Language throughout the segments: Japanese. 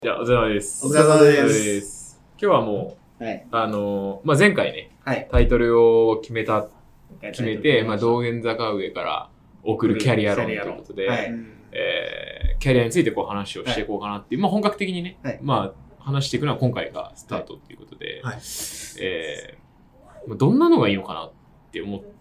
じゃあ、お疲れ様です。 お疲れ様です。 今日はもう、 はい前回ね、 はい、 タイトルを決めて、道玄坂上から送るキャリア論ということで、キャリアについてこう話をしていこうかなっていう、本格的にね、話していくのは今回がスタートっていうことで、どんなのがいいのかなって思って、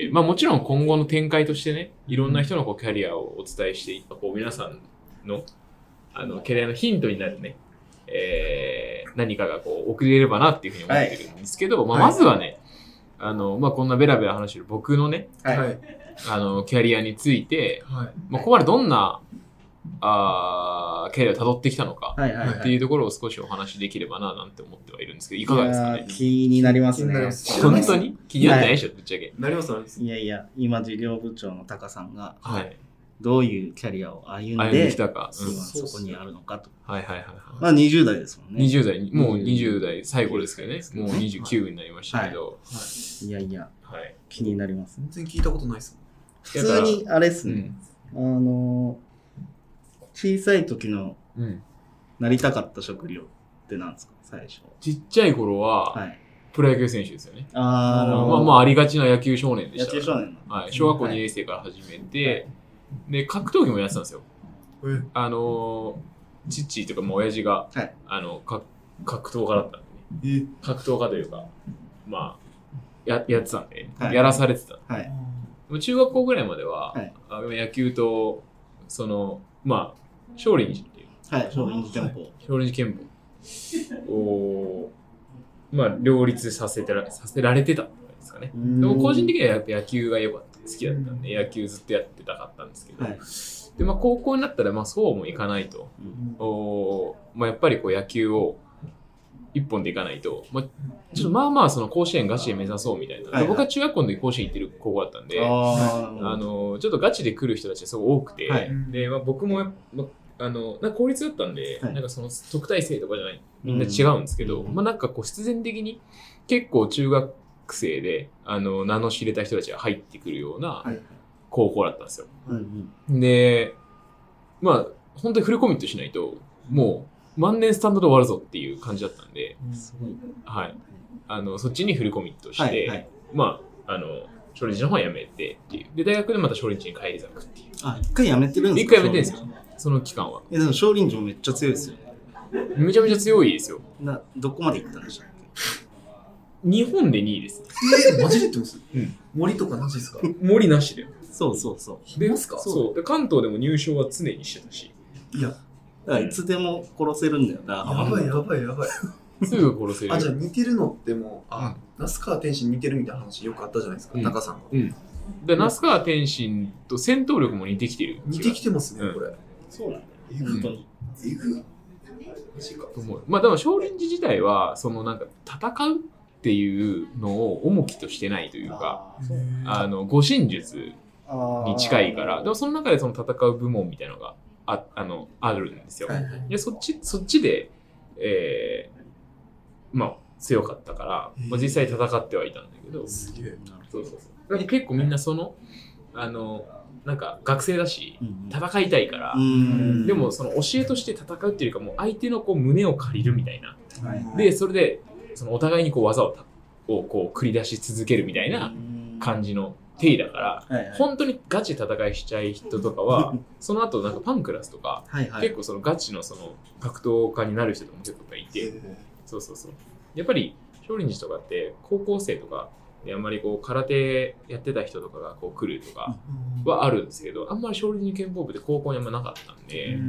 もちろん今後の展開としてね、いろんな人のこうキャリアをお伝えしていった、こう皆さんのキャリアのヒントになるね、何かがこう送れればなっていうふうに思ってるんですけど、まずはね、こんなベラベラ話してる僕のね、キャリアについて、ここまでどんなキャリアを辿ってきたのかっていうところを少しお話しできればななんて思ってはいるんですけど、いかがですかね。 気になりますね。 本当に気になってないでしょ、ぶっちゃけ。 なります。 いや、今事業部長のタカさんが、どういうキャリアを歩んできたか、今そこにあるのかと。20代ですもんね。 20代、もう20代最後ですけどね。もう29になりましたけど。 いや、気になりますね。 全然聞いたことないですもん。普通に、あれですね。小さい時のなりたかった職業って何ですか、最初。 ちっちゃい頃は、プロ野球選手ですよね。ありがちな野球少年でした。 野球少年。 小学校2年生から始めて、で、格闘技もやってたんですよ。父とかも親父が、格闘家だったんでね。格闘家というか、やってたんで、やらされてた。中学校ぐらいまでは、野球と、少林寺っていう。 少林寺拳法。 少林寺拳法を、両立させられてたんですかね。でも個人的にはやっぱ野球が良かった。好きだったんで、野球ずっとやってたかったんですけど、で、高校になったら、そうもいかないと。やっぱりこう野球を一本でいかないと、ちょっとその甲子園ガチで目指そうみたいな。僕は中学校の時甲子園行ってる高校だったんで、ちょっとガチで来る人たちがすごい多くて、で、僕も、公立だったんで、その特待生とかじゃない、みんな違うんですけど、必然的に結構中学生で名の知れた人たちが入ってくるような高校だったんですよ。で、本当にフルコミットしないと、もう万年スタンドで終わるぞっていう感じだったんで、そっちにフルコミットして、少林寺の方はやめてっていう。で、大学でまた少林寺に帰り咲くっていう。 一回やめてるんですか？ 一回やめてるんですよ、その期間は。 でも少林寺もめっちゃ強いですよ。 めちゃめちゃ強いですよ。 どこまで行ったんでしたっけ？ 日本で2位です。 マジで言ってます？森とかなしですか？ 森なしだよ。 そう。 で関東でも入賞は常にしてたし。 いや、いつでも殺せるんだよな。 やばい。 すぐ殺せる。 じゃあ似てるのってもう、那須川天心似てるみたいな話よくあったじゃないですか、タカさんが。 で、那須川天心と戦闘力も似てきてる。 似てきてますね、これ。 そうなんだ。本当に。 えぐ。 でも少林寺自体は戦うっていうのを重きとしてないというか、護身術に近いから、でもその中でその戦う部門みたいなのがあるんですよ。でそっちで、強かったから、実際戦ってはいたんだけど、 すげえ。 そう結構みんな学生だし戦いたいから、でもその教えとして戦うっていうか、もう相手のこう胸を借りるみたいな、でそれでそのお互いにこう技をこう繰り出し続けるみたいな感じの定義だから、本当にガチで戦いしちゃい人とかはその後パンクラスとか、結構そのガチのその格闘家になる人とかも結構いて、そうやっぱり少林寺とかって高校生とかであんまりこう空手やってた人とかがこう来るとかはあるんですけど、あんまり少林寺拳法部で高校にあんまなかったんで、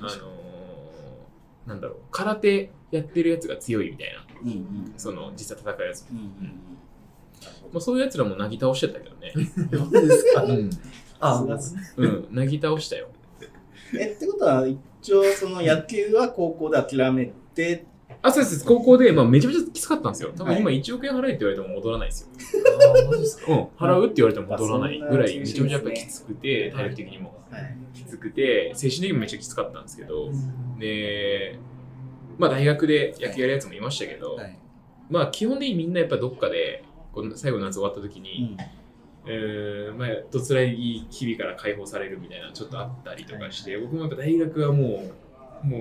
空手やってるやつが強いみたいな、その実際戦うやつも、そういうやつらもなぎ倒してたけどね。 マジですか？ なぎ倒したよ。 ってことは一応その野球は高校で諦めて、 そうです。高校で、めちゃめちゃきつかったんですよ。多分今1億円払えって言われても戻らないですよ。 マジですか？ 払うって言われても戻らないぐらいめちゃめちゃやっぱきつくて、体力的にもきつくて、精神的にもめっちゃきつかったんですけど、で、大学で野球やるやつもいましたけど、基本的にみんなやっぱどっかで、最後の夏終わった時に、と辛い日々から解放されるみたいなちょっとあったりとかして、僕もやっぱ大学はもう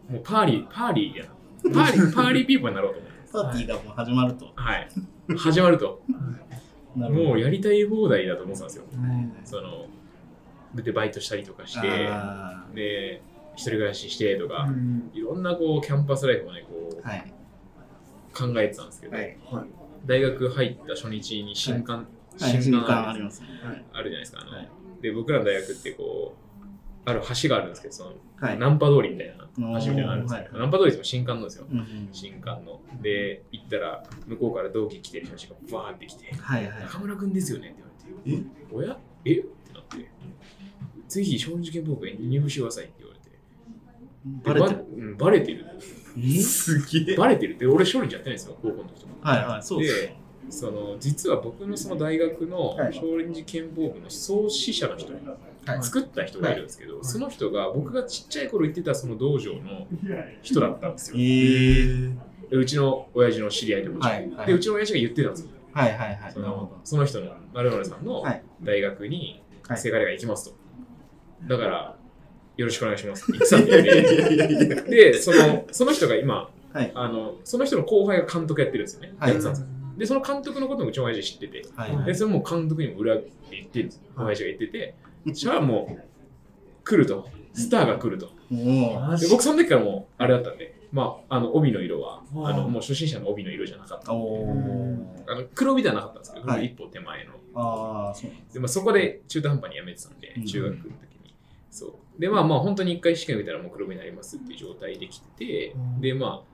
もうパーリーやな。パーリーピーポーになろうと思って。 パーティーがもう始まると。 はい。始まると。もうやりたい放題だと思ってたんですよ。そのでバイトしたりとかして、で一人暮らししてとか、いろんなこうキャンパスライフをねこう、考えてたんですけど、大学入った初日に新刊ありますね。 あるじゃないですか。で僕らの大学ってこうある橋があるんですけど、そのナンパ通りみたいな橋みたいなのあるんですけど、ナンパ通りって新刊なんですよ。新刊ので行ったら向こうから同期来てる人たちがバーって来て、中村くんですよねって言われて、おやってなって、ぜひ少女検討会に入部してくださいって言われて、バレてる。 すげえ。 バレてる。で、俺少林やってないんですよ、高校の時とか。そうですね。その実は僕のその大学の少林寺拳法部の創始者の人、作った人がいるんですけど、その人が僕がちっちゃい頃行ってたその道場の人だったんですよ。うちの親父の知り合いでも、でうちの親父が言ってたんですよ。その人の丸々さんの大学にせがれが行きますと。だからよろしくお願いしますって言ってたんで、でその人が今、その人の後輩が監督やってるんですよね。やってたんですよ。で、その監督のこともうちの親父知ってて、で、それも監督にも裏で言ってるんですよ。親父が言ってて、じゃあもう来ると。スターが来ると。で僕その時からもうあれだったんで、帯の色はもう初心者の帯の色じゃなかった。黒帯ではなかったんですけど、一歩手前の。でそこで中途半端に辞めてたんで、中学の時に。そう。で、本当に一回試験受けたらもう黒帯になりますっていう状態で来てて、で、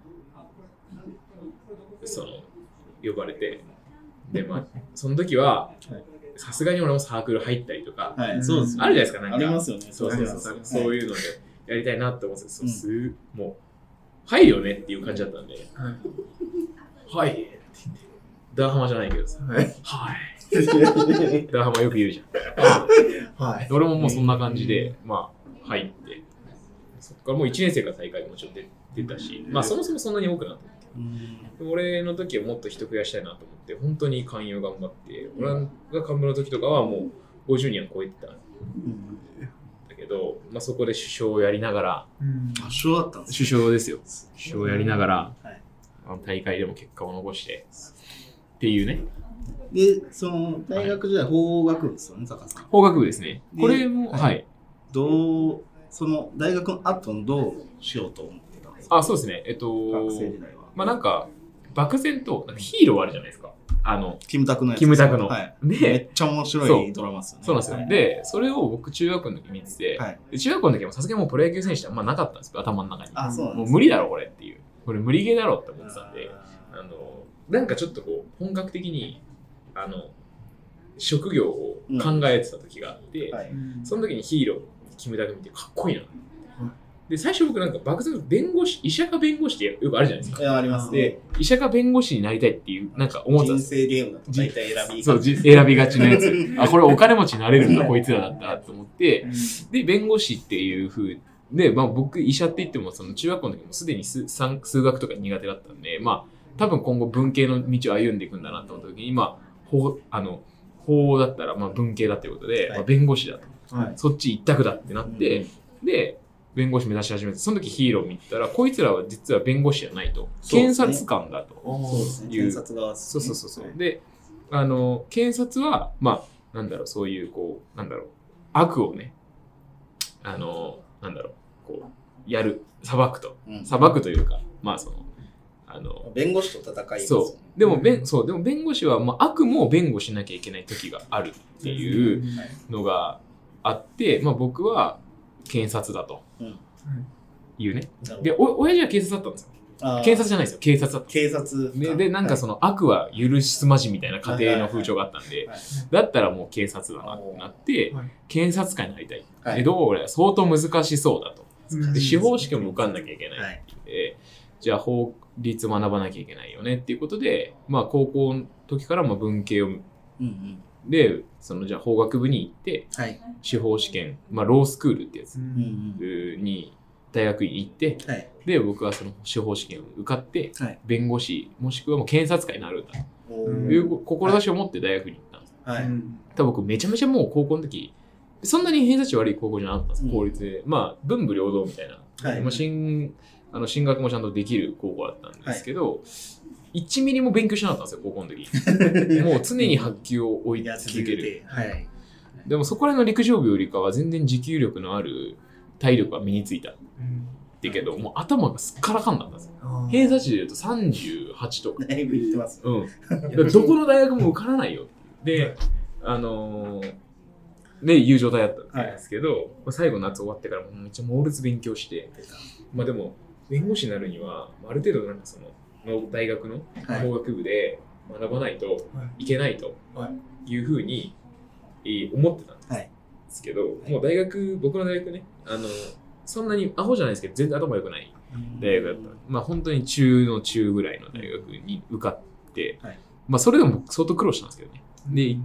呼ばれて、で、その時は、さすがに俺もサークル入ったりとか、あるじゃないですか、なんか。 ありますよね。 そういうのでやりたいなって思って、もう、入るよねっていう感じだったんで、はいって言って、ダーハマじゃないけどさ、はい。ダーハマよく言うじゃん。俺ももうそんな感じで、入って、そこからもう1年生から大会もちろん出たし、そもそもそんなに多くなって。俺の時はもっと人増やしたいなと思って本当に勧誘頑張って、俺が幹部の時とかはもう50人は超えてたんだけど、そこで首相をやりながら、 首相だったんです首相ですよ。首相をやりながら、大会でも結果を残してっていうね。 で、その大学時代法学部ですよね、坂さん。 法学部ですね。これもその大学の後のどうしようと思ってたんですか？ そうですね。 学生時代は。 なんか漠然とヒーローあるじゃないですか。 キムタクのやつ。 キムタクの。 で、めっちゃ面白いドラマですよね。 そうなんですよ。で、それを僕中学校の時見てて、中学校の時もさすがにもうプロ野球選手ってなかったんですよ、頭の中に。もう無理だろこれっていう。これ無理ゲーだろって思ってたんで、なんかちょっとこう本格的に職業を考えてた時があって、その時にヒーローキムタク見てかっこいいな。で、最初僕なんか漠然と医者か弁護士ってよくあるじゃないですか。 いや、ありますね。 で、医者か弁護士になりたいっていう、なんか思ってたんです。 人生ゲームだと大体選びがちなやつ。これお金持ちになれるんだ、こいつらだったと思って、で、弁護士っていう風で、僕、医者って言っても、その中学校の時もすでに数学とか苦手だったんで、多分今後文系の道を歩んでいくんだなと思った時に、法だったら文系だっていうことで、弁護士だと。そっち一択だってなって、で、弁護士目指し始めて、その時ヒーロー見てたら、こいつらは実は弁護士じゃないと。検察官だと。 そうですね。検察側ですね。 そう。で、検察は、そういう、悪をね、やる、裁くというか、 弁護士と戦います。 そう。でも弁護士は、悪も弁護しなきゃいけない時があるっていうのがあって、僕は検察だというね。で、親父は警察だったんですよ。検察じゃないですよ、警察だった。 警察で、なんかその悪は許すまじみたいな家庭の風潮があったんで、だったらもう警察だなってなって、検察官になりたい。どう相当難しそうだと。で、司法試験も受かんなきゃいけないって。じゃあ法律学ばなきゃいけないよねっていうことで、高校の時から文系を、で、じゃあ法学部に行って、司法試験、ロースクールってやつに大学に行って、で、僕はその司法試験を受かって、弁護士、もしくはもう検察官になるんだという志を持って大学に行ったんです。多分僕めちゃめちゃもう高校の時、そんなに偏差値悪い高校じゃなかったんです、公立で。文武両道みたいな。 進学もちゃんとできる高校だったんですけど、1ミリも勉強しなかったんですよ、高校の時。もう常に発球を追い続ける。でもそこら辺の陸上部よりかは全然持久力のある体力が身についた。ってけど、もう頭がすっからかんだったんですよ。偏差値で言うと38とか。 だいぶ言ってます。 どこの大学も受からないよっていう。で、友情隊だったんですけど、最後夏終わってからめっちゃ猛烈勉強して、でも、弁護士になるには、ある程度なんか大学の法学部で学ばないといけないというふうに思ってたんですけど、もう僕の大学ね、そんなにアホじゃないですけど、全然頭良くない大学だった。本当に中の中ぐらいの大学に受かって、それでも相当苦労したんですけどね。で、行って、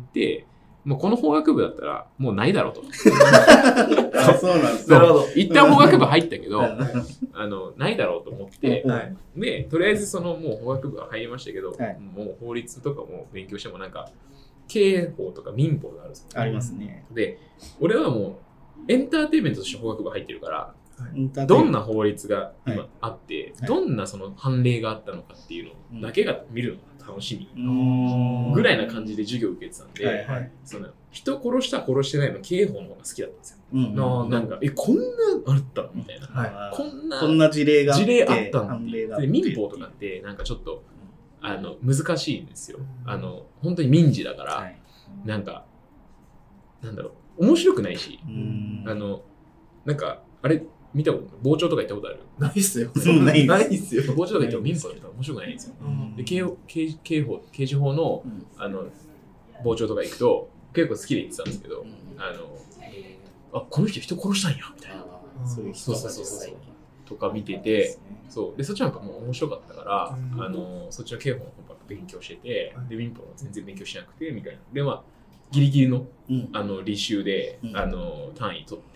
この法学部だったらもうないだろうと。 そうなんです。 なるほど。一旦法学部入ったけど、ないだろうと思って、で、とりあえずもう法学部は入りましたけど、もう法律とかも勉強してもなんか、刑法とか民法があるんですよ。 ありますね。 で、俺はもうエンターテインメントとして法学部入ってるから、どんな法律が今あって、どんな判例があったのかっていうのだけが見るのが楽しみぐらいな感じで授業を受けてたんで、人殺した殺してないの刑法の方が好きだったんですよ。なんかこんなあったのみたいな、こんな事例があってあったのってで民法とかってなんかちょっと難しいんですよ。本当に民事だから、なんかなんだろう、面白くないし、なんかあれ見たこと傍聴とか行ったことある？ ないっすよ。 ないっすよ。 傍聴とか行っても民法だったら面白くないんですよ。で刑事法の傍聴とか行くと結構好きで行ってたんですけど、この人殺したんやみたいな、そうとか見てて、でそっちなんかもう面白かったから、そっちの刑法の方ばっか勉強してて、で民法は全然勉強しなくてみたいな。でギリギリの履修で単位取って、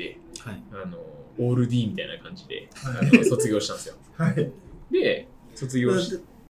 オール D みたいな感じで卒業したんですよ。で卒業し